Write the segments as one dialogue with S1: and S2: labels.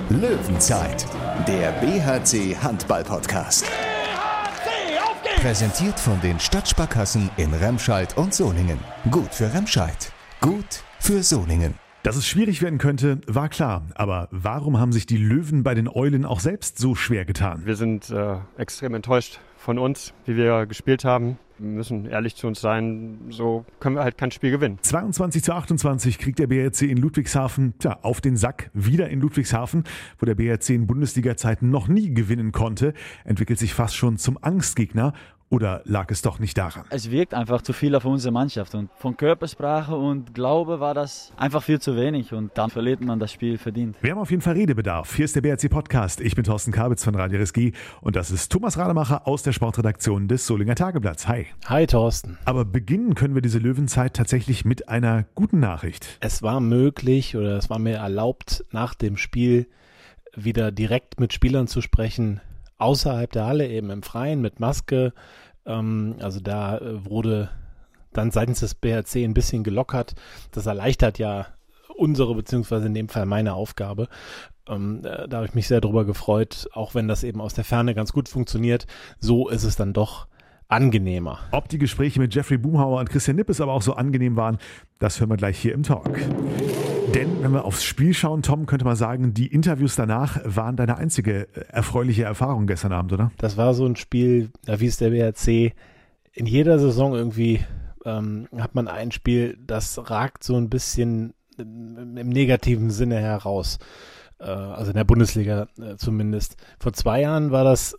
S1: Löwenzeit, der BHC Handball-Podcast.
S2: BHC, auf geht's!
S1: Präsentiert von den Stadtsparkassen in Remscheid und Solingen. Gut für Remscheid, gut für Solingen.
S3: Dass es schwierig werden könnte, war klar. Aber warum haben sich die Löwen bei den Eulen auch selbst so schwer getan?
S4: Wir sind extrem enttäuscht von uns, wie wir gespielt haben. Wir müssen ehrlich zu uns sein, so können wir halt kein Spiel gewinnen.
S3: 22:28 kriegt der BHC in Ludwigshafen auf den Sack. Wieder in Ludwigshafen, wo der BHC in Bundesliga-Zeiten noch nie gewinnen konnte. Entwickelt sich fast schon zum Angstgegner. Oder lag es doch nicht daran?
S5: Es wirkt einfach zu viel auf unsere Mannschaft und von Körpersprache und Glaube war das einfach viel zu wenig und dann verliert man das Spiel verdient.
S3: Wir haben auf jeden Fall Redebedarf. Hier ist der BHC-Podcast. Ich bin Thorsten Kabitz von Radio RSG und das ist Thomas Rademacher aus der Sportredaktion des Solinger Tageblatts. Hi.
S6: Hi Thorsten.
S3: Aber beginnen können wir diese Löwenzeit tatsächlich mit einer guten Nachricht.
S6: Es war möglich oder es war mir erlaubt, nach dem Spiel wieder direkt mit Spielern zu sprechen, außerhalb der Halle, eben im Freien mit Maske. Also da wurde dann seitens des BHC ein bisschen gelockert. Das erleichtert ja unsere, beziehungsweise in dem Fall meine Aufgabe. Da habe ich mich sehr drüber gefreut, auch wenn das eben aus der Ferne ganz gut funktioniert. So ist es dann doch angenehmer.
S3: Ob die Gespräche mit Jeffrey Boomhauer und Christian Nippes aber auch so angenehm waren, das hören wir gleich hier im Talk. Denn wenn wir aufs Spiel schauen, Tom, könnte man sagen, die Interviews danach waren deine einzige erfreuliche Erfahrung gestern Abend, oder?
S6: Das war so ein Spiel, wie es der BHC in jeder Saison irgendwie hat man ein Spiel, das ragt so ein bisschen im negativen Sinne heraus. Also in der Bundesliga zumindest. Vor 2 Jahren war das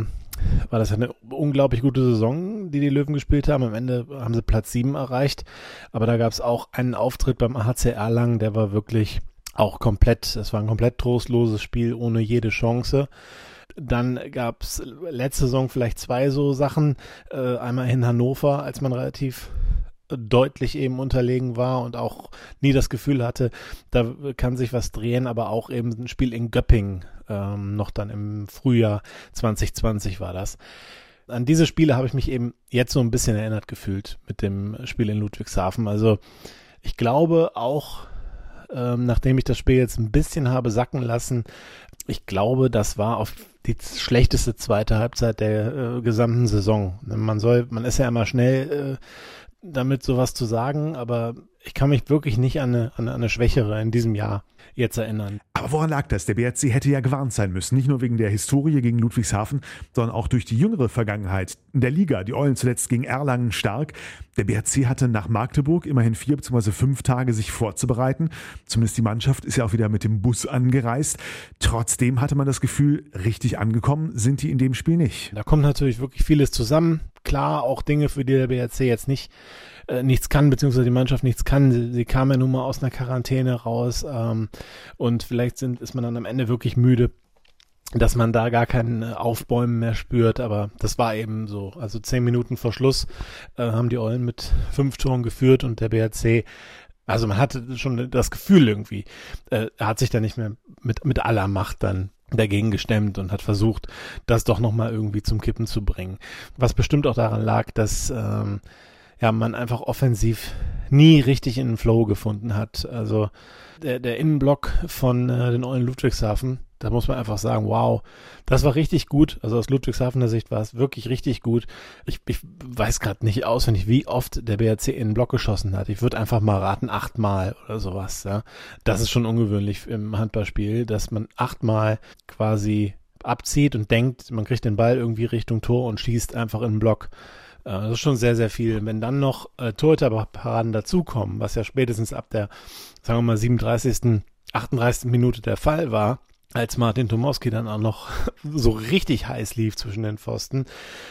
S6: eine unglaublich gute Saison, die Löwen gespielt haben. Am Ende haben sie Platz 7 erreicht. Aber da gab es auch einen Auftritt beim HC Erlangen, der war wirklich auch das war ein komplett trostloses Spiel ohne jede Chance. Dann gab es letzte Saison vielleicht 2 so Sachen. Einmal in Hannover, als man relativ deutlich eben unterlegen war und auch nie das Gefühl hatte, da kann sich was drehen, aber auch eben ein Spiel in Göppingen, noch dann im Frühjahr 2020 war das. An diese Spiele habe ich mich eben jetzt so ein bisschen erinnert gefühlt mit dem Spiel in Ludwigshafen. Also ich glaube auch, nachdem ich das Spiel jetzt ein bisschen habe sacken lassen, ich glaube, das war auf die schlechteste zweite Halbzeit der gesamten Saison. Man ist ja immer schnell damit sowas zu sagen, aber ich kann mich wirklich nicht an eine schwächere in diesem Jahr jetzt erinnern.
S3: Aber woran lag das? Der BHC hätte ja gewarnt sein müssen. Nicht nur wegen der Historie gegen Ludwigshafen, sondern auch durch die jüngere Vergangenheit. In der Liga, die Eulen zuletzt gegen Erlangen stark. Der BHC hatte nach Magdeburg immerhin 4 bzw. 5 Tage sich vorzubereiten. Zumindest die Mannschaft ist ja auch wieder mit dem Bus angereist. Trotzdem hatte man das Gefühl, richtig angekommen sind die in dem Spiel nicht.
S6: Da kommt natürlich wirklich vieles zusammen. Klar, auch Dinge, für die der BHC jetzt nichts kann, beziehungsweise die Mannschaft nichts kann. Sie kam ja nun mal aus einer Quarantäne raus und vielleicht ist man dann am Ende wirklich müde, dass man da gar kein Aufbäumen mehr spürt, aber das war eben so. Also 10 Minuten vor Schluss haben die Eulen mit 5 Toren geführt und der BHC, also man hatte schon das Gefühl irgendwie, er hat sich da nicht mehr mit aller Macht dann dagegen gestemmt und hat versucht, das doch nochmal irgendwie zum Kippen zu bringen. Was bestimmt auch daran lag, dass man einfach offensiv nie richtig in den Flow gefunden hat. Also der Innenblock von den Eulen Ludwigshafen, da muss man einfach sagen, wow, das war richtig gut. Also aus Ludwigshafener Sicht war es wirklich richtig gut. Ich weiß gerade nicht auswendig, wie oft der BHC in den Block geschossen hat. Ich würde einfach mal raten, 8 Mal oder sowas. Ja. Das ist schon ungewöhnlich im Handballspiel, dass man 8 Mal quasi abzieht und denkt, man kriegt den Ball irgendwie Richtung Tor und schießt einfach in den Block. Das ist schon sehr, sehr viel. Wenn dann noch Torhüterparaden dazukommen, was ja spätestens ab der, sagen wir mal, 37., 38. Minute der Fall war, als Martin Tomowski dann auch noch so richtig heiß lief zwischen den Pfosten.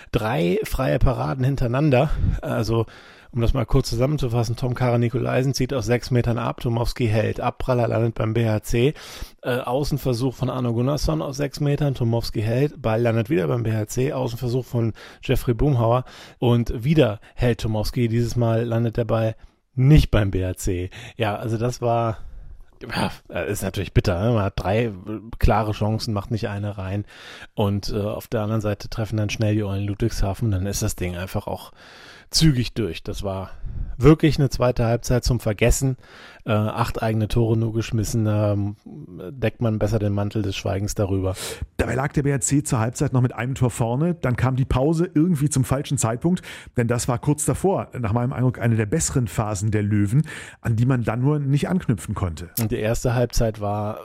S6: 3 freie Paraden hintereinander, also um das mal kurz zusammenzufassen, Tom Kara-Nikolaisen zieht aus 6 Metern ab, Tomowski hält, Abpraller landet beim BHC, Außenversuch von Arno Gunnarsson aus 6 Metern, Tomowski hält, Ball landet wieder beim BHC, Außenversuch von Jeffrey Boomhauer und wieder hält Tomowski, dieses Mal landet der Ball nicht beim BHC. Ja, also das war... Ja, ist natürlich bitter. Ne? Man hat 3 klare Chancen, macht nicht eine rein. Und auf der anderen Seite treffen dann schnell die Eulen Ludwigshafen. Dann ist das Ding einfach auch zügig durch. Das war wirklich eine zweite Halbzeit zum Vergessen. 8 eigene Tore nur geschmissen, deckt man besser den Mantel des Schweigens darüber.
S3: Dabei lag der BRC zur Halbzeit noch mit einem Tor vorne. Dann kam die Pause irgendwie zum falschen Zeitpunkt, denn das war kurz davor, nach meinem Eindruck, eine der besseren Phasen der Löwen, an die man dann nur nicht anknüpfen konnte.
S6: Und die erste Halbzeit war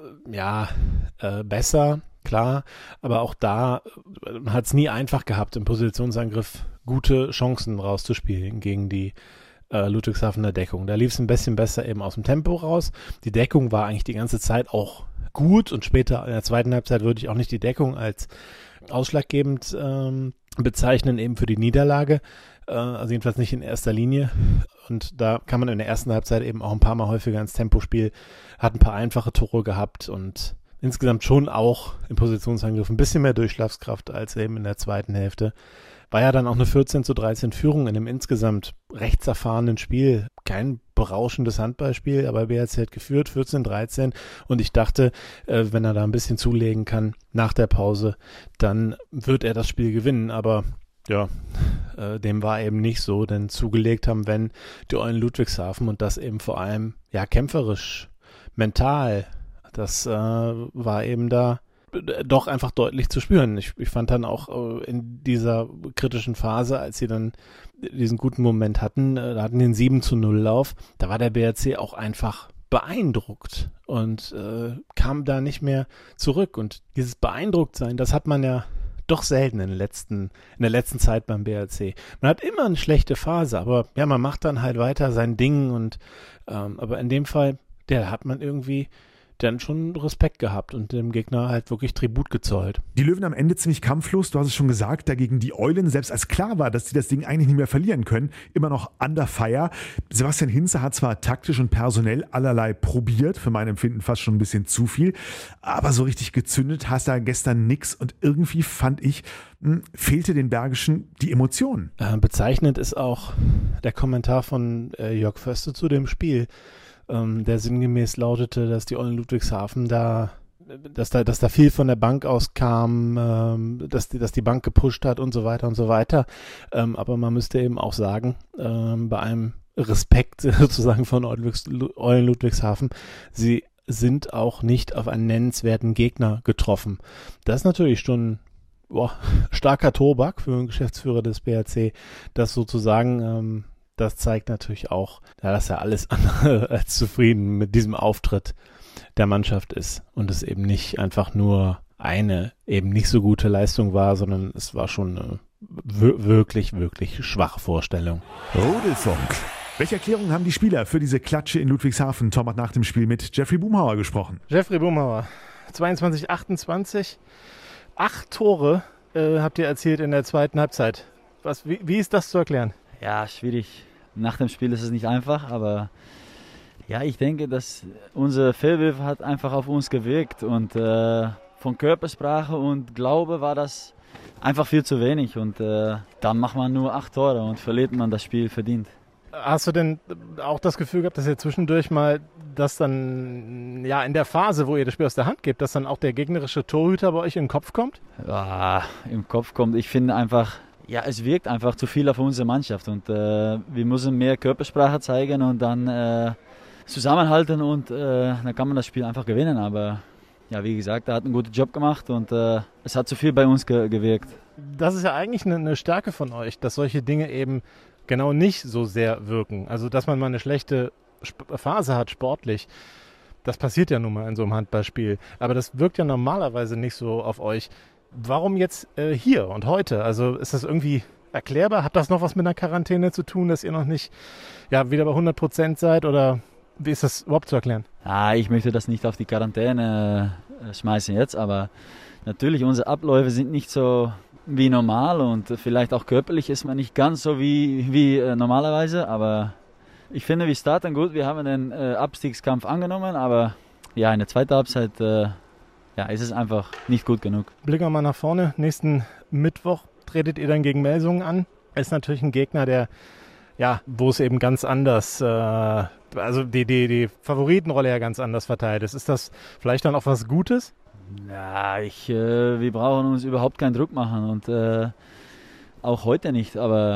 S6: besser, klar, aber auch da hat es nie einfach gehabt, im Positionsangriff gute Chancen rauszuspielen gegen die Ludwigshafener Deckung. Da lief es ein bisschen besser eben aus dem Tempo raus. Die Deckung war eigentlich die ganze Zeit auch gut und später in der zweiten Halbzeit würde ich auch nicht die Deckung als ausschlaggebend bezeichnen, eben für die Niederlage, also jedenfalls nicht in erster Linie. Und da kann man in der ersten Halbzeit eben auch ein paar Mal häufiger ins Tempospiel, hat ein paar einfache Tore gehabt und insgesamt schon auch im Positionsangriff ein bisschen mehr Durchschlagskraft als eben in der zweiten Hälfte. War ja dann auch eine 14:13 Führung in einem insgesamt rechtserfahrenen Spiel. Kein berauschendes Handballspiel, aber BRC hat geführt, 14:13. Und ich dachte, wenn er da ein bisschen zulegen kann nach der Pause, dann wird er das Spiel gewinnen. Aber ja, dem war eben nicht so, denn zugelegt haben, wenn die Eulen Ludwigshafen und das eben vor allem ja kämpferisch, mental, das war eben da doch einfach deutlich zu spüren. Ich fand dann auch in dieser kritischen Phase, als sie dann diesen guten Moment hatten, da hatten den 7:0-Lauf, da war der BRC auch einfach beeindruckt und kam da nicht mehr zurück. Und dieses Beeindrucktsein, das hat man ja doch selten in der letzten Zeit beim BRC. Man hat immer eine schlechte Phase, aber ja, man macht dann halt weiter sein Ding und aber in dem Fall, da hat man irgendwie dann schon Respekt gehabt und dem Gegner halt wirklich Tribut gezollt.
S3: Die Löwen am Ende ziemlich kampflos, du hast es schon gesagt, dagegen die Eulen, selbst als klar war, dass sie das Ding eigentlich nicht mehr verlieren können, immer noch under fire. Sebastian Hinze hat zwar taktisch und personell allerlei probiert, für mein Empfinden fast schon ein bisschen zu viel, aber so richtig gezündet hast da gestern nix und irgendwie fand ich, fehlte den Bergischen die Emotion.
S6: Bezeichnend ist auch der Kommentar von Jörg Förster zu dem Spiel, der sinngemäß lautete, dass die Eulen Ludwigshafen dass da viel von der Bank aus kam, dass die Bank gepusht hat und so weiter und so weiter. Aber man müsste eben auch sagen, bei einem Respekt sozusagen von Eulen Ludwigshafen, sie sind auch nicht auf einen nennenswerten Gegner getroffen. Das ist natürlich schon starker Tobak für einen Geschäftsführer des BRC, das sozusagen das zeigt natürlich auch, dass er alles andere als zufrieden mit diesem Auftritt der Mannschaft ist und es eben nicht einfach nur eine eben nicht so gute Leistung war, sondern es war schon eine wirklich, wirklich schwache Vorstellung.
S3: Rudelfunk. Welche Erklärungen haben die Spieler für diese Klatsche in Ludwigshafen? Tom hat nach dem Spiel mit Jeffrey Boomhauer gesprochen.
S6: Jeffrey Boomhauer, 22:28, 8 Tore habt ihr erzielt in der zweiten Halbzeit. Wie ist das zu erklären?
S5: Ja, schwierig. Nach dem Spiel ist es nicht einfach, aber ja, ich denke, dass unser Fehlwurf hat einfach auf uns gewirkt und von Körpersprache und Glaube war das einfach viel zu wenig und dann macht man nur 8 Tore und verliert man das Spiel verdient.
S6: Hast du denn auch das Gefühl gehabt, dass ihr zwischendurch mal das dann, ja, in der Phase, wo ihr das Spiel aus der Hand gebt, dass dann auch der gegnerische Torhüter bei euch in den Kopf kommt?
S5: Ja, im Kopf kommt, ich finde einfach, ja, es wirkt einfach zu viel auf unsere Mannschaft und wir müssen mehr Körpersprache zeigen und dann zusammenhalten und dann kann man das Spiel einfach gewinnen. Aber ja, wie gesagt, er hat einen guten Job gemacht und es hat zu viel bei uns gewirkt.
S6: Das ist ja eigentlich eine Stärke von euch, dass solche Dinge eben genau nicht so sehr wirken. Also, dass man mal eine schlechte Phase hat sportlich, das passiert ja nun mal in so einem Handballspiel. Aber das wirkt ja normalerweise nicht so auf euch. Warum jetzt hier und heute? Also ist das irgendwie erklärbar? Hat das noch was mit einer Quarantäne zu tun, dass ihr noch nicht wieder bei 100% seid? Oder wie ist das überhaupt zu erklären?
S5: Ich möchte das nicht auf die Quarantäne schmeißen jetzt, aber natürlich unsere Abläufe sind nicht so wie normal und vielleicht auch körperlich ist man nicht ganz so wie normalerweise, aber ich finde, wir starten gut. Wir haben den Abstiegskampf angenommen, aber ja, in der zweiten Halbzeit ist es einfach nicht gut genug.
S6: Blicken wir mal nach vorne. Nächsten Mittwoch tretet ihr dann gegen Melsungen an. Ist natürlich ein Gegner, der, wo es eben ganz anders, also die Favoritenrolle ja ganz anders verteilt ist. Ist das vielleicht dann auch was Gutes?
S5: Ja, wir brauchen uns überhaupt keinen Druck machen und auch heute nicht. Aber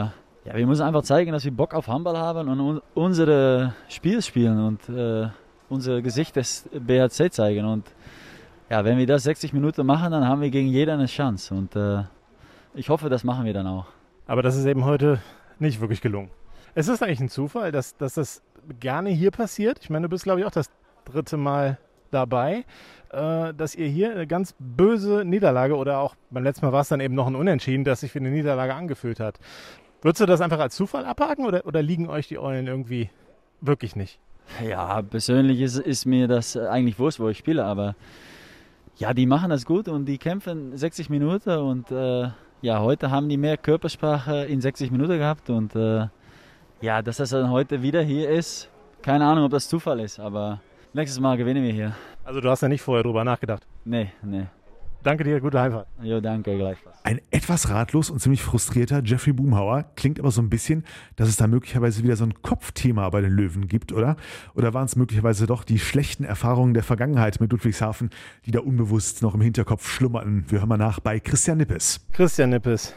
S5: Ja, wir müssen einfach zeigen, dass wir Bock auf Handball haben und unsere Spiel spielen und unser Gesicht des BHC zeigen. Und ja, wenn wir das 60 Minuten machen, dann haben wir gegen jeden eine Chance. Und ich hoffe, das machen wir dann auch.
S6: Aber das ist eben heute nicht wirklich gelungen. Es ist eigentlich ein Zufall, dass das gerne hier passiert. Ich meine, du bist, glaube ich, auch das 3. Mal dabei, dass ihr hier eine ganz böse Niederlage oder auch beim letzten Mal war es dann eben noch ein Unentschieden, das sich wie eine Niederlage angefühlt hat. Würdest du das einfach als Zufall abhaken oder liegen euch die Eulen irgendwie wirklich nicht?
S5: Ja, persönlich ist mir das eigentlich wurscht, wo ich spiele, aber ja, die machen das gut und die kämpfen 60 Minuten und ja, heute haben die mehr Körpersprache in 60 Minuten gehabt und ja, dass das dann heute wieder hier ist, keine Ahnung, ob das Zufall ist, aber nächstes Mal gewinnen wir hier.
S6: Also du hast ja nicht vorher drüber nachgedacht?
S5: Nee.
S6: Danke dir, gute Heimfahrt.
S5: Jo, danke, gleichfalls.
S3: Ein etwas ratlos und ziemlich frustrierter Jeffrey Boomhauer klingt aber so ein bisschen, dass es da möglicherweise wieder so ein Kopfthema bei den Löwen gibt, oder? Oder waren es möglicherweise doch die schlechten Erfahrungen der Vergangenheit mit Ludwigshafen, die da unbewusst noch im Hinterkopf schlummerten? Wir hören mal nach bei Christian Nippes.
S6: Christian Nippes.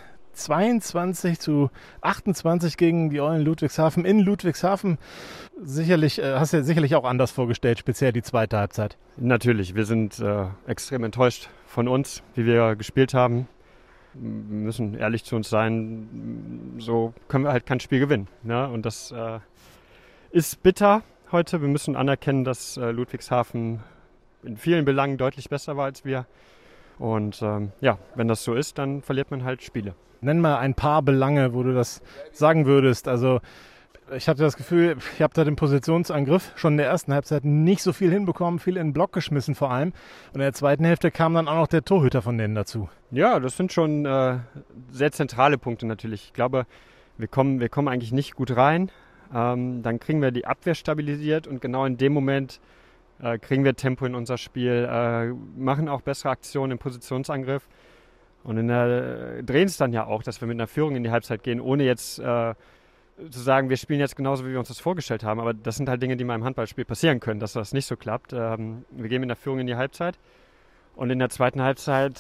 S6: 22-28 gegen die Eulen Ludwigshafen in Ludwigshafen. Sicherlich, hast du dir sicherlich auch anders vorgestellt, speziell die zweite Halbzeit.
S4: Natürlich, wir sind extrem enttäuscht von uns, wie wir gespielt haben. Wir müssen ehrlich zu uns sein, so können wir halt kein Spiel gewinnen. Ne? Und das ist bitter heute. Wir müssen anerkennen, dass Ludwigshafen in vielen Belangen deutlich besser war als wir. Und ja, wenn das so ist, dann verliert man halt Spiele.
S6: Nenn mal ein paar Belange, wo du das sagen würdest. Also ich hatte das Gefühl, ihr habt da den Positionsangriff schon in der ersten Halbzeit nicht so viel hinbekommen, viel in den Block geschmissen vor allem. Und in der zweiten Hälfte kam dann auch noch der Torhüter von denen dazu.
S4: Ja, das sind schon sehr zentrale Punkte natürlich. Ich glaube, wir kommen eigentlich nicht gut rein. Dann kriegen wir die Abwehr stabilisiert und genau in dem Moment kriegen wir Tempo in unser Spiel, machen auch bessere Aktionen im Positionsangriff. Und drehen es dann ja auch, dass wir mit einer Führung in die Halbzeit gehen, ohne jetzt zu sagen, wir spielen jetzt genauso, wie wir uns das vorgestellt haben. Aber das sind halt Dinge, die mal im Handballspiel passieren können, dass das nicht so klappt. Wir gehen mit einer Führung in die Halbzeit. Und in der zweiten Halbzeit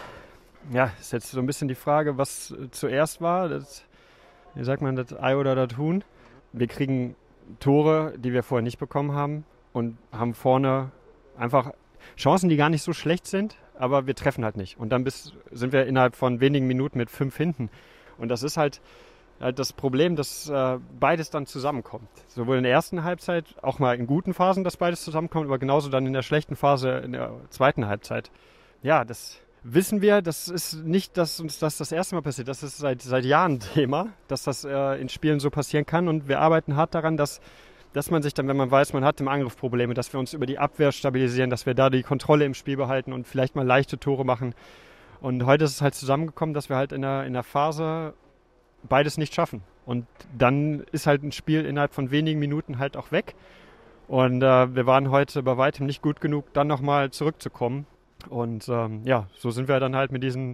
S4: ist jetzt so ein bisschen die Frage, was zuerst war. Wie sagt man, das Ei oder das Huhn? Wir kriegen Tore, die wir vorher nicht bekommen haben und haben vorne einfach Chancen, die gar nicht so schlecht sind, aber wir treffen halt nicht. Und dann sind wir innerhalb von wenigen Minuten mit 5 hinten. Und das ist halt das Problem, dass beides dann zusammenkommt. Sowohl in der ersten Halbzeit, auch mal in guten Phasen, dass beides zusammenkommt, aber genauso dann in der schlechten Phase in der zweiten Halbzeit. Ja, das wissen wir, das ist nicht, dass uns das erste Mal passiert. Das ist seit Jahren ein Thema, dass das in Spielen so passieren kann. Und wir arbeiten hart daran, dass man sich dann, wenn man weiß, man hat im Angriff Probleme, dass wir uns über die Abwehr stabilisieren, dass wir da die Kontrolle im Spiel behalten und vielleicht mal leichte Tore machen. Und heute ist es halt zusammengekommen, dass wir halt in der Phase beides nicht schaffen. Und dann ist halt ein Spiel innerhalb von wenigen Minuten halt auch weg. Und wir waren heute bei weitem nicht gut genug, dann nochmal zurückzukommen. Und so sind wir dann halt mit diesen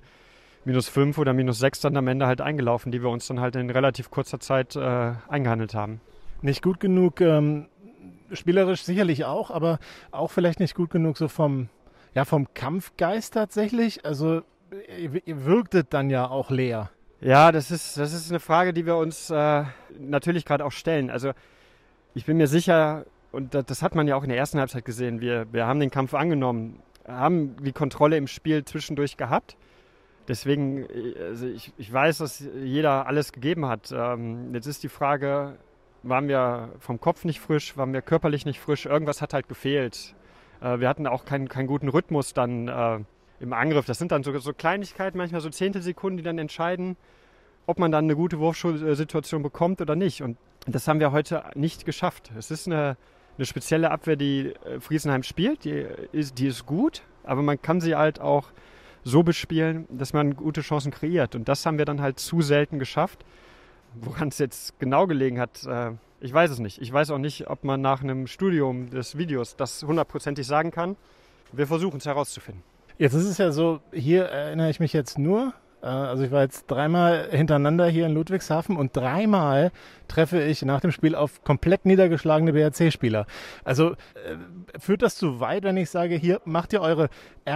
S4: -5 oder -6 dann am Ende halt eingelaufen, die wir uns dann halt in relativ kurzer Zeit eingehandelt haben.
S6: Nicht gut genug, spielerisch sicherlich auch, aber auch vielleicht nicht gut genug so vom Kampfgeist tatsächlich. Also ihr wirktet dann ja auch leer.
S4: Ja, das ist eine Frage, die wir uns natürlich gerade auch stellen. Also ich bin mir sicher, und das hat man ja auch in der ersten Halbzeit gesehen, wir haben den Kampf angenommen, haben die Kontrolle im Spiel zwischendurch gehabt. Deswegen, also ich weiß, dass jeder alles gegeben hat. Jetzt ist die Frage, waren wir vom Kopf nicht frisch, waren wir körperlich nicht frisch, irgendwas hat halt gefehlt. Wir hatten auch keinen guten Rhythmus dann im Angriff. Das sind dann so Kleinigkeiten, manchmal so Zehntelsekunden, die dann entscheiden, ob man dann eine gute Wurfsituation bekommt oder nicht. Und das haben wir heute nicht geschafft. Es ist eine spezielle Abwehr, die Friesenheim spielt, die ist gut, aber man kann sie halt auch so bespielen, dass man gute Chancen kreiert. Und das haben wir dann halt zu selten geschafft. Woran es jetzt genau gelegen hat, ich weiß es nicht. Ich weiß auch nicht, ob man nach einem Studium des Videos das 100%ig sagen kann. Wir versuchen es herauszufinden.
S6: Jetzt ist es ja so, hier erinnere ich mich jetzt nur, also ich war jetzt 3-mal hintereinander hier in Ludwigshafen und 3-mal treffe ich nach dem Spiel auf komplett niedergeschlagene BHC-Spieler. Also führt das zu weit, wenn ich sage, hier macht ihr eure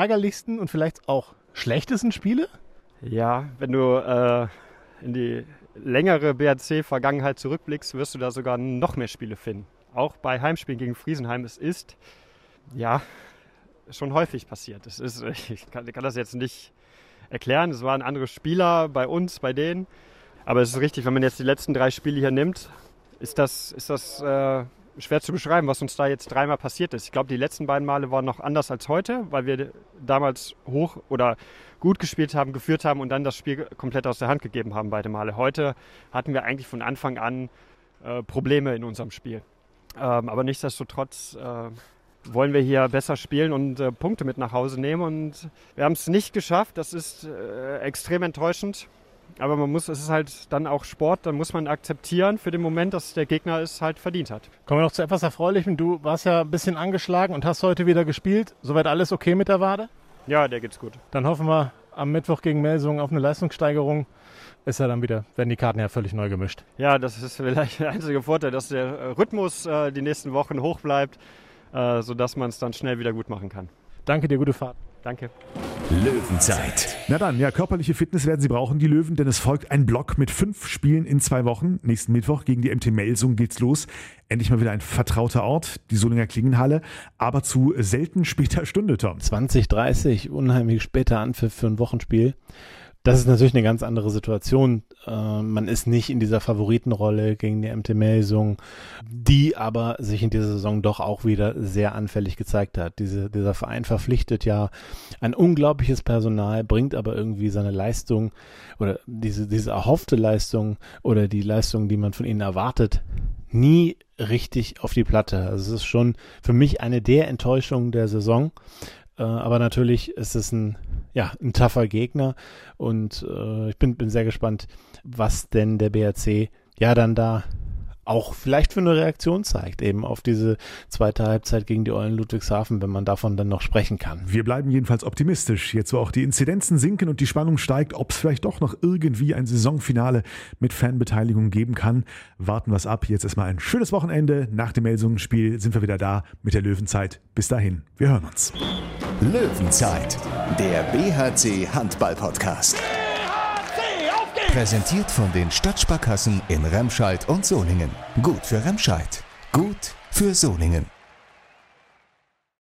S6: ärgerlichsten und vielleicht auch schlechtesten Spiele?
S4: Ja, wenn du in die längere BHC-Vergangenheit zurückblickst, wirst du da sogar noch mehr Spiele finden. Auch bei Heimspielen gegen Friesenheim. Es ist, ja, schon häufig passiert. Ich kann das jetzt nicht erklären. Es waren andere Spieler bei uns, bei denen. Aber es ist richtig, wenn man jetzt die letzten 3 Spiele hier nimmt, ist das schwer zu beschreiben, was uns da jetzt 3-mal passiert ist. Ich glaube, die letzten beiden Male waren noch anders als heute, weil wir damals hoch oder gut gespielt haben, geführt haben und dann das Spiel komplett aus der Hand gegeben haben, beide Male. Heute hatten wir eigentlich von Anfang an Probleme in unserem Spiel. Aber nichtsdestotrotz wollen wir hier besser spielen und Punkte mit nach Hause nehmen. Und wir haben es nicht geschafft. Das ist extrem enttäuschend. Aber es ist halt dann auch Sport. Dann muss man akzeptieren für den Moment, dass der Gegner es halt verdient hat.
S6: Kommen wir noch zu etwas Erfreulichem. Du warst ja ein bisschen angeschlagen und hast heute wieder gespielt. Soweit alles okay mit der Wade?
S4: Ja, der geht's gut.
S6: Dann hoffen wir am Mittwoch gegen Melsungen auf eine Leistungssteigerung. Ist ja dann wieder, werden die Karten ja völlig neu gemischt.
S4: Ja, das ist vielleicht der einzige Vorteil, dass der Rhythmus die nächsten Wochen hoch bleibt, sodass man es dann schnell wieder gut machen kann.
S6: Danke dir, gute Fahrt.
S4: Danke.
S1: Löwenzeit.
S3: Na dann, ja, körperliche Fitness werden sie brauchen, die Löwen, denn es folgt ein Block mit 5 Spielen in 2 Wochen. Nächsten Mittwoch gegen die MT Melsungen geht's los. Endlich mal wieder ein vertrauter Ort, die Solinger Klingenhalle, aber zu selten später Stunde, Tom.
S6: 20:30, unheimlich später Anpfiff für ein Wochenspiel. Das ist natürlich eine ganz andere Situation. Man ist nicht in dieser Favoritenrolle gegen die MT Melsungen, die aber sich in dieser Saison doch auch wieder sehr anfällig gezeigt hat. Dieser Verein verpflichtet ja ein unglaubliches Personal, bringt aber irgendwie seine Leistung oder diese erhoffte Leistung oder die Leistung, die man von ihnen erwartet, nie richtig auf die Platte. Also es ist schon für mich eine der Enttäuschungen der Saison. Aber natürlich ist es ein tougher Gegner und ich bin sehr gespannt, was denn der BHC ja dann da auch vielleicht für eine Reaktion zeigt, eben auf diese zweite Halbzeit gegen die Eulen Ludwigshafen, wenn man davon dann noch sprechen kann.
S3: Wir bleiben jedenfalls optimistisch. Jetzt, wo auch die Inzidenzen sinken und die Spannung steigt, ob es vielleicht doch noch irgendwie ein Saisonfinale mit Fanbeteiligung geben kann, warten wir es ab. Jetzt erstmal ein schönes Wochenende. Nach dem Melsungen-Spiel sind wir wieder da mit der Löwenzeit. Bis dahin, wir hören uns.
S1: Löwenzeit, der BHC Handball-Podcast.
S2: BHC, auf geht's!
S1: Präsentiert von den Stadtsparkassen in Remscheid und Solingen. Gut für Remscheid, gut für Solingen.